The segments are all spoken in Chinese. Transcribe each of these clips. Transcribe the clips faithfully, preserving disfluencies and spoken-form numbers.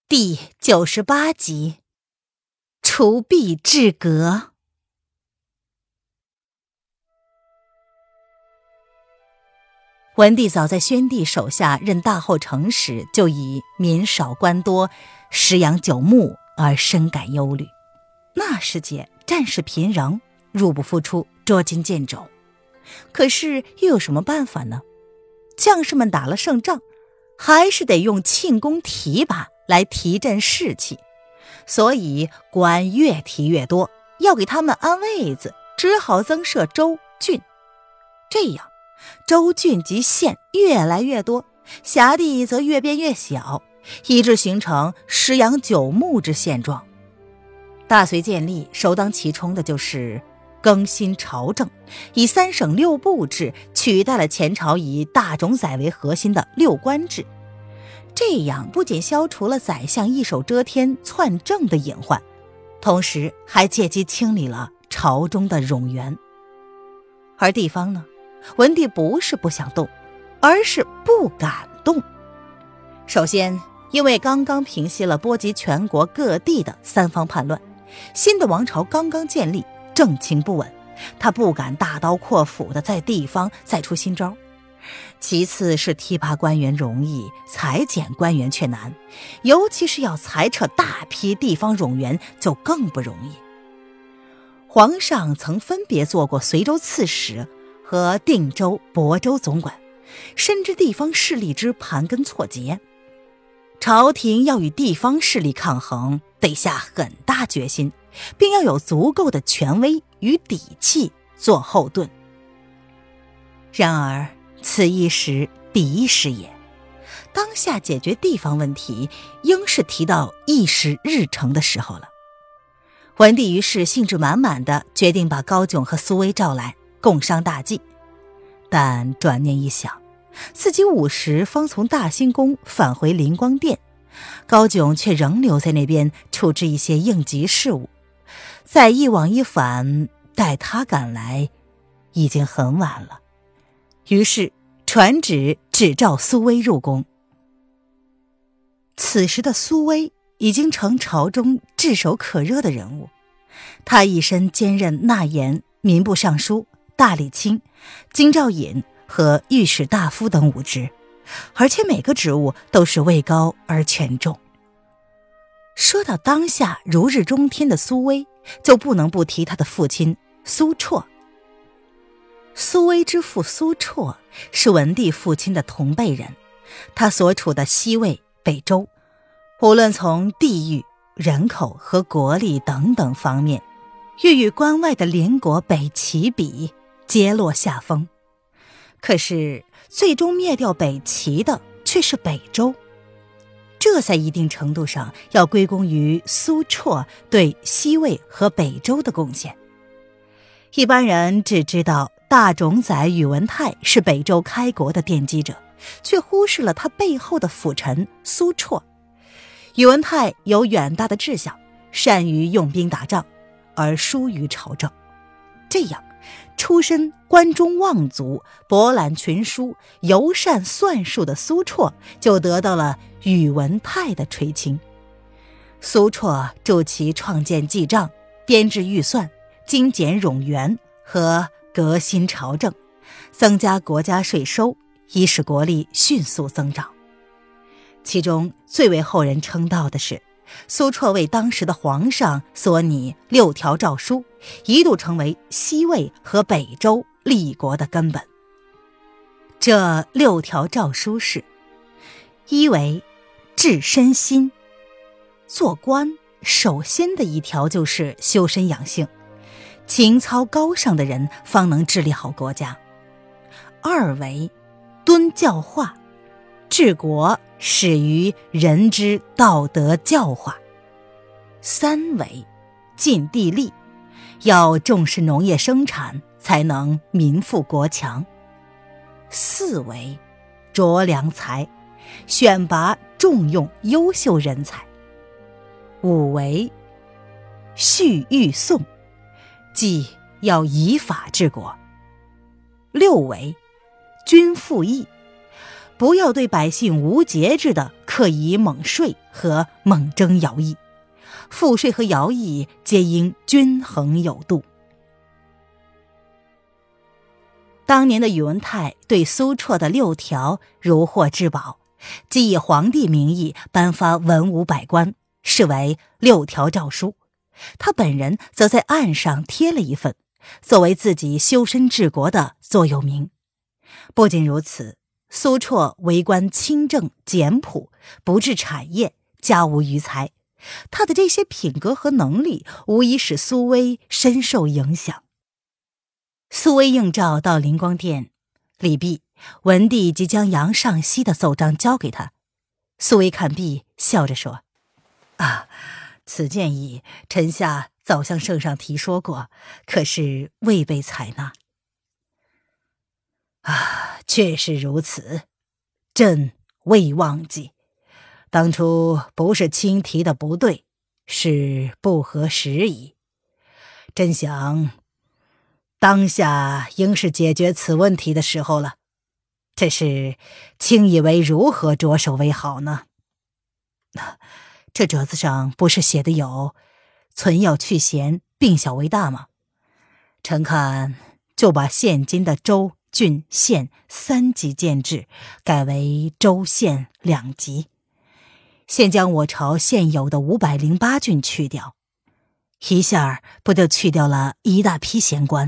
第九十八集，除弊治革。文帝早在宣帝手下任大后丞时，就以民少官多、食养久牧而深感忧虑。那时节战事频仍，入不敷出，捉襟见肘。可是又有什么办法呢？将士们打了胜仗，还是得用庆功提拔来提振士气，所以官越提越多，要给他们安位子，只好增设州郡。这样州郡及县越来越多，辖地则越变越小，以致形成食养久牧之现状。大隋建立，首当其冲的就是更新朝政，以三省六部制取代了前朝以大冢宰为核心的六官制。这样不仅消除了宰相一手遮天篡政的隐患，同时还借机清理了朝中的冗员。而地方呢，文帝不是不想动，而是不敢动。首先，因为刚刚平息了波及全国各地的三方叛乱，新的王朝刚刚建立，政情不稳，他不敢大刀阔斧地在地方再出新招。其次是提拔官员容易，裁减官员却难，尤其是要裁撤大批地方冗员就更不容易。皇上曾分别做过随州刺史和定州、亳州总管，深知地方势力之盘根错节。朝廷要与地方势力抗衡，得下很大决心，并要有足够的权威与底气做后盾。然而此一时彼一时也，当下解决地方问题，应是提到议事日程的时候了。文帝于是兴致满满地决定把高炯和苏威召来，共商大计。但转念一想，自己午时方从大兴宫返回灵光殿，高炯却仍留在那边处置一些应急事务，再一往一返，待他赶来已经很晚了。于是传旨只召苏威入宫。此时的苏威已经成朝中炙手可热的人物，他一身兼任纳言、民部尚书、大理卿、京兆尹和御史大夫等五职，而且每个职务都是位高而权重。说到当下如日中天的苏威，就不能不提他的父亲苏绰。苏威之父苏绰是文帝父亲的同辈人，他所处的西魏、北周，无论从地域、人口和国力等等方面，欲与关外的邻国北齐比，皆落下风。可是最终灭掉北齐的却是北周，这在一定程度上要归功于苏绰对西魏和北周的贡献。一般人只知道大冢宰宇文泰是北周开国的奠基者，却忽视了他背后的辅臣苏绰。宇文泰有远大的志向，善于用兵打仗，而疏于朝政。这样出身关中望族、博览群书、尤善算术的苏绰就得到了宇文泰的垂青。苏绰助其创建记账、编制预算、精简冗员和革新朝政，增加国家税收，以使国力迅速增长。其中最为后人称道的是，苏绰为当时的皇上所拟六条诏书，一度成为西魏和北周立国的根本。这六条诏书是：一为治身心，做官首先的一条就是修身养性，情操高尚的人方能治理好国家。二为敦教化，治国始于人之道德教化。三为尽地利，要重视农业生产，才能民富国强。四为擢良才，选拔重用优秀人才。五为恤誉颂，即要以法治国。六为均富义，不要对百姓无节制的刻以猛税和猛征徭役，赋税和徭役皆应均衡有度。当年的宇文泰对苏绰的六条如获至宝，即以皇帝名义颁发文武百官，视为六条诏书。他本人则在案上贴了一份，作为自己修身治国的座右铭。不仅如此，苏绰为官清正简朴，不治产业，家无余财。他的这些品格和能力无疑使苏威深受影响。苏威应召到灵光殿，礼毕，文帝即将杨尚西的奏章交给他。苏威看毕，笑着说：啊，此建议臣下早向圣上提说过，可是未被采纳。啊，确实如此，朕未忘记。当初不是卿提的不对，是不合时宜。朕想当下应是解决此问题的时候了，只是卿以为如何着手为好呢？这折子上不是写的有存要去贤，并小为大吗？臣看就把现今的州、郡、县三级建制改为州县两级，先将我朝现有的五百零八郡去掉，一下不就去掉了一大批闲官？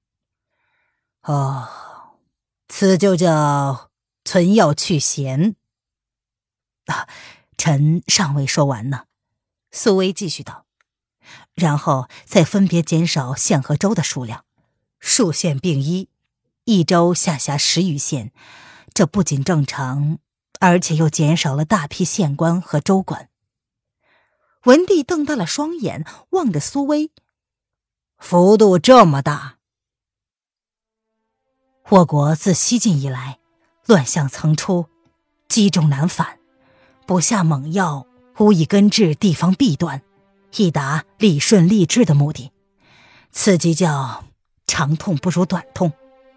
哦，此就叫存要去贤啊！臣尚未说完呢。苏威继续道，然后再分别减少县和州的数量，数县并一，一州下辖十余县，这不仅正常，而且又减少了大批县官和州官。文帝瞪大了双眼，望着苏威，幅度这么大？我国自西晋以来，乱象层出，积重难返，不下猛药，无以根治地方弊端，以达理顺吏治的目的。此即叫长痛不如短痛。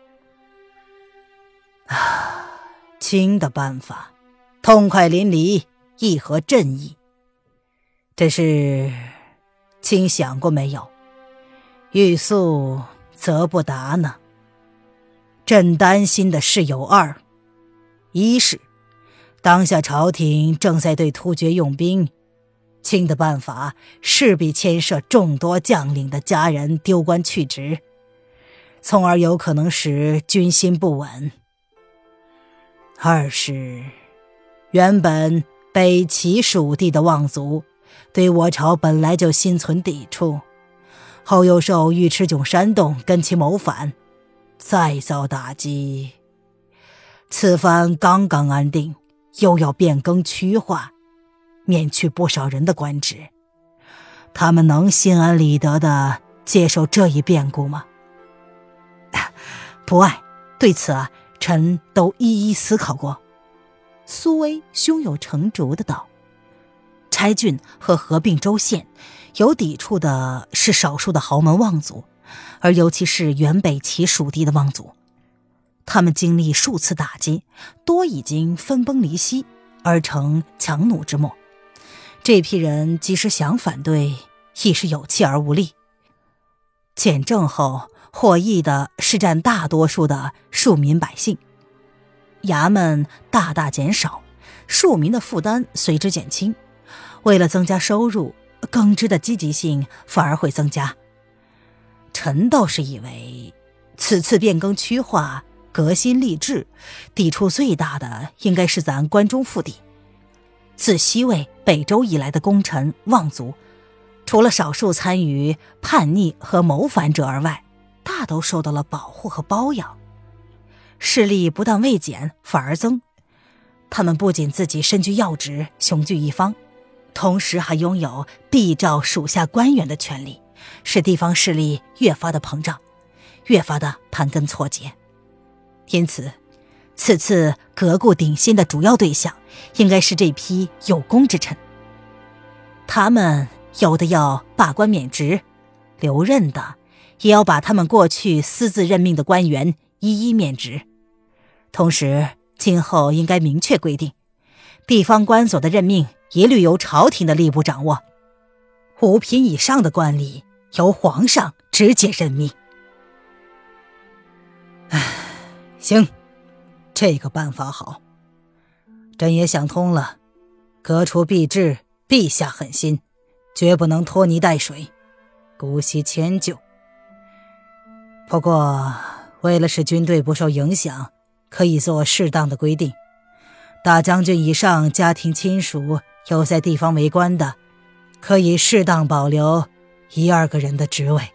啊，卿的办法痛快淋漓，亦合朕意。只是卿想过没有，欲速则不达呢？朕担心的事有二，一是当下朝廷正在对突厥用兵，卿的办法势必牵涉众多将领的家人丢官去职，从而有可能使军心不稳。二是原本北齐属地的望族对我朝本来就心存抵触，后又受尉迟迥煽动跟其谋反，再遭打击。此番刚刚安定，又要变更区划，免去不少人的官职，他们能心安理得地接受这一变故吗？不爱，对此啊，臣都一一思考过。苏威胸有成竹地道，拆郡和合并州县，有抵触的是少数的豪门望族，而尤其是原北齐属地的望族。他们经历数次打击，多已经分崩离析，而成强弩之末。这批人即使想反对，亦是有气而无力。简政后获益的是占大多数的庶民百姓，衙门大大减少，庶民的负担随之减轻。为了增加收入，耕织的积极性反而会增加。臣倒是以为此次变更区划，革新吏治，抵触最大的应该是咱关中腹地。自西魏、北周以来的功臣望族，除了少数参与叛逆和谋反者而外，大都受到了保护和包养，势力不但未减，反而增。他们不仅自己身居要职，雄踞一方，同时还拥有缔造属下官员的权利，使地方势力越发的膨胀，越发的盘根错节。因此此次革故鼎新的主要对象应该是这批有功之臣，他们有的要罢官免职，留任的也要把他们过去私自任命的官员一一免职。同时今后应该明确规定， 地方官所的任命一律由朝廷的吏部掌握，五品以上的官吏由皇上直接任命。唉，行，这个办法好，朕也想通了，革除币制，陛下狠心，绝不能拖泥带水，姑息迁就。不过为了使军队不受影响，可以做适当的规定，大将军以上家庭亲属有在地方为官的，可以适当保留一二个人的职位。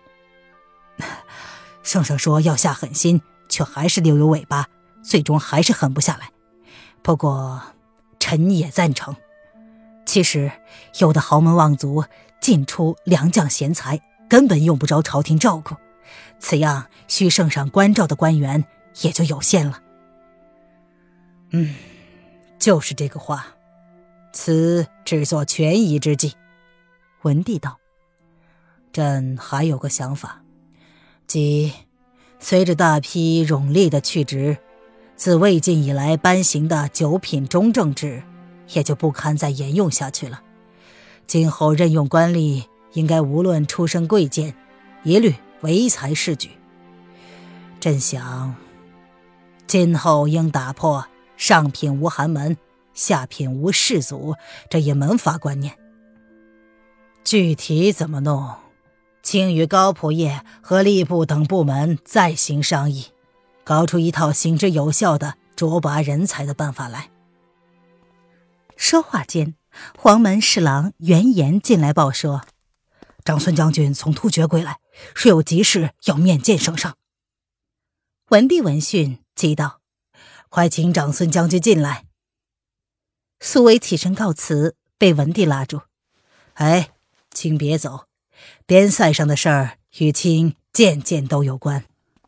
圣上说要下狠心，却还是留有尾巴，最终还是狠不下来。不过臣也赞成，其实有的豪门望族进出良将贤才，根本用不着朝廷照顾，此样需圣上关照的官员也就有限了。嗯，就是这个话，此只做权宜之计。文帝道：朕还有个想法，即随着大批冗吏的去职，自魏晋以来颁行的九品中正制也就不堪再沿用下去了。今后任用官吏，应该无论出身贵贱，一律唯才是举。朕想，今后应打破上品无寒门，下品无士族这一门阀观念。具体怎么弄，请与高仆射和吏部等部门再行商议，搞出一套行之有效的卓拔人才的办法来。说话间，黄门侍郎袁岩进来报说，长孙将军从突厥归来，是有急事要面见圣上。文帝闻讯急道：快请长孙将军进来。苏维起身告辞，被文帝拉住：哎，请别走，边塞上的事儿与卿件件都有关。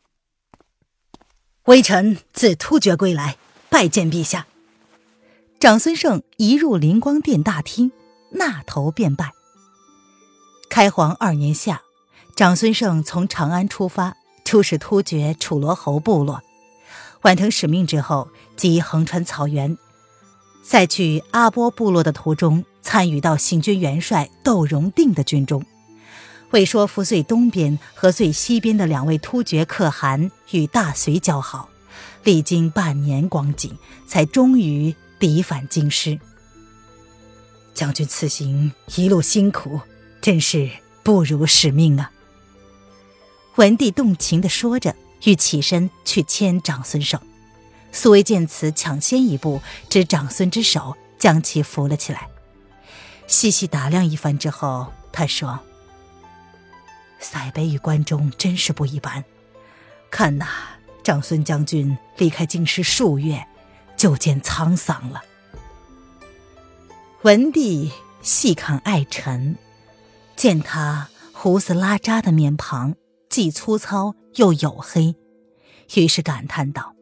微臣自突厥归来，拜见陛下。长孙晟一入灵光殿大厅，纳头便拜。开皇二年夏，长孙晟从长安出发，出使突厥楚罗侯部落，完成使命之后，即横穿草原，在去阿波部落的途中，参与到行军元帅窦融定的军中，为说服最东边和最西边的两位突厥可汗与大隋交好，历经半年光景，才终于抵返京师。将军此行一路辛苦，真是不辱使命啊。文帝动情地说着，欲起身去牵长孙晟。苏维见此，抢先一步，执长孙之手，将其扶了起来。细细打量一番之后，他说：塞北与关中真是不一般，看呐，长孙将军离开京师数月，就见沧桑了。文帝细看爱臣，见他胡子拉碴的面庞，既粗糙又黝黑，于是感叹道：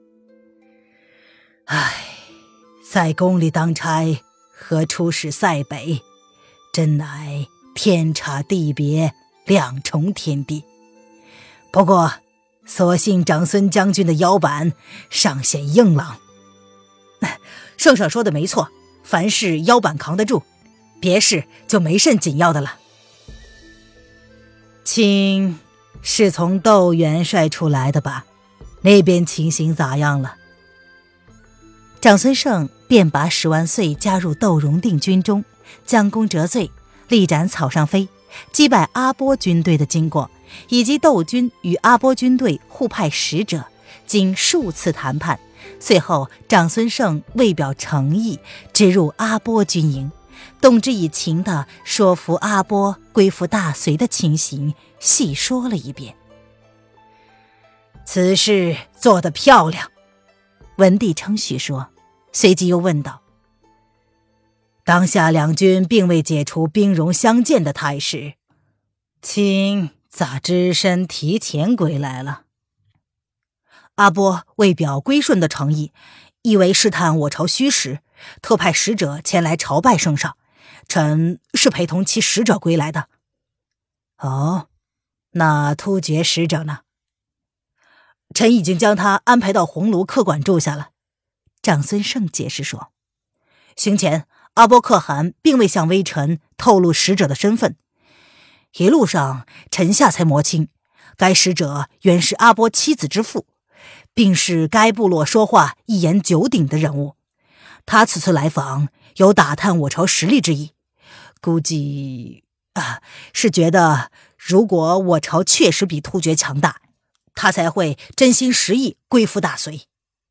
唉，在宫里当差和出使塞北，真乃天差地别，两重天地。不过所幸长孙将军的腰板尚显硬朗。圣上说的没错，凡事腰板扛得住，别事就没甚紧要的了。卿是从窦元帅出来的吧？那边情形咋样了？长孙晟便拔十万岁加入窦融定军中，将功折罪，力斩草上飞，击败阿波军队的经过，以及窦军与阿波军队互派使者，经数次谈判，随后长孙晟为表诚意，直入阿波军营，动之以情地说服阿波归附大隋的情形细说了一遍。此事做得漂亮，文帝称许说，随即又问道：当下两军并未解除兵戎相见的态势，卿咋只身提前归来了？阿波为表归顺的诚意，意为试探我朝虚实，特派使者前来朝拜圣上，臣是陪同其使者归来的。哦，那突厥使者呢？臣已经将他安排到鸿胪客馆住下了。长孙晟解释说， 行前阿波可汗并未向微臣透露使者的身份，一路上臣下才摸清，该使者原是阿波妻子之父，并是该部落说话一言九鼎的人物。他此次来访有打探我朝实力之意，估计啊是觉得如果我朝确实比突厥强大，他才会真心实意归附大隋。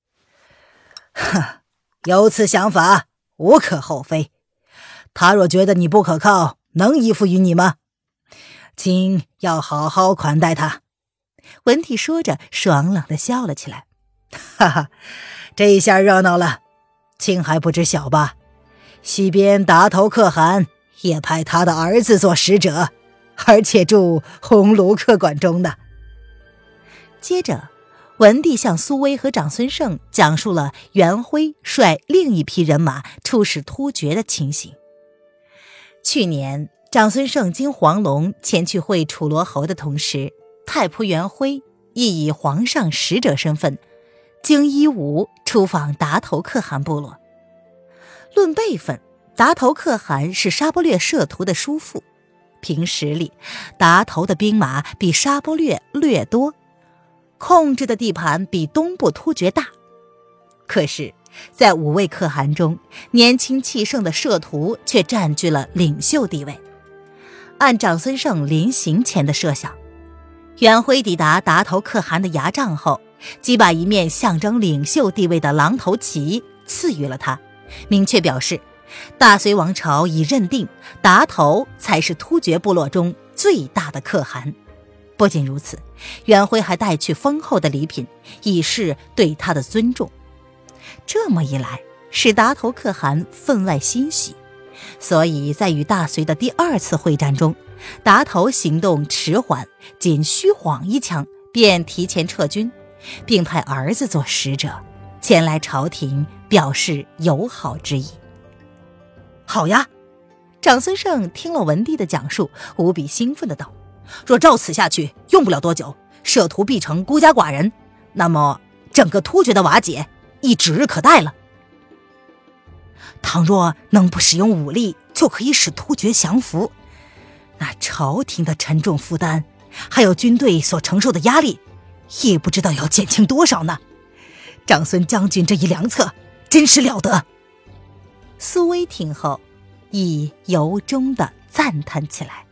哼，有此想法无可厚非。他若觉得你不可靠，能依附于你吗？请要好好款待他。文帝说着爽朗地笑了起来。哈哈，这一下热闹了。卿还不知晓吧？西边达头可汗也派他的儿子做使者，而且住鸿胪客馆中的。接着文帝向苏威和长孙晟讲述了元辉率另一批人马出使突厥的情形。去年长孙晟经黄龙前去会楚罗侯的同时，太仆元辉亦以皇上使者身份经伊吾出访达头可汗部落。论辈分，达头可汗是沙钵略摄图的叔父，凭实力，达头的兵马比沙钵略略多，控制的地盘比东部突厥大。可是在五位可汗中，年轻气盛的摄图却占据了领袖地位。按长孙晟临行前的设想，元辉抵达达头可汗的牙帐后，即把一面象征领袖地位的狼头旗赐予了他，明确表示大隋王朝已认定达头才是突厥部落中最大的可汗。不仅如此，元辉还带去丰厚的礼品，以示对他的尊重。这么一来，使达头可汗分外欣喜，所以在与大隋的第二次会战中，达头行动迟缓，仅虚晃一枪便提前撤军，并派儿子做使者前来朝廷表示友好之意。好呀！长孙晟听了文帝的讲述，无比兴奋地道：若照此下去，用不了多久，摄图必成孤家寡人，那么整个突厥的瓦解亦指日可待了。倘若能不使用武力就可以使突厥降服，那朝廷的沉重负担，还有军队所承受的压力，也不知道要减轻多少呢。长孙将军这一良策真是了得。苏威听后亦由衷地赞叹起来。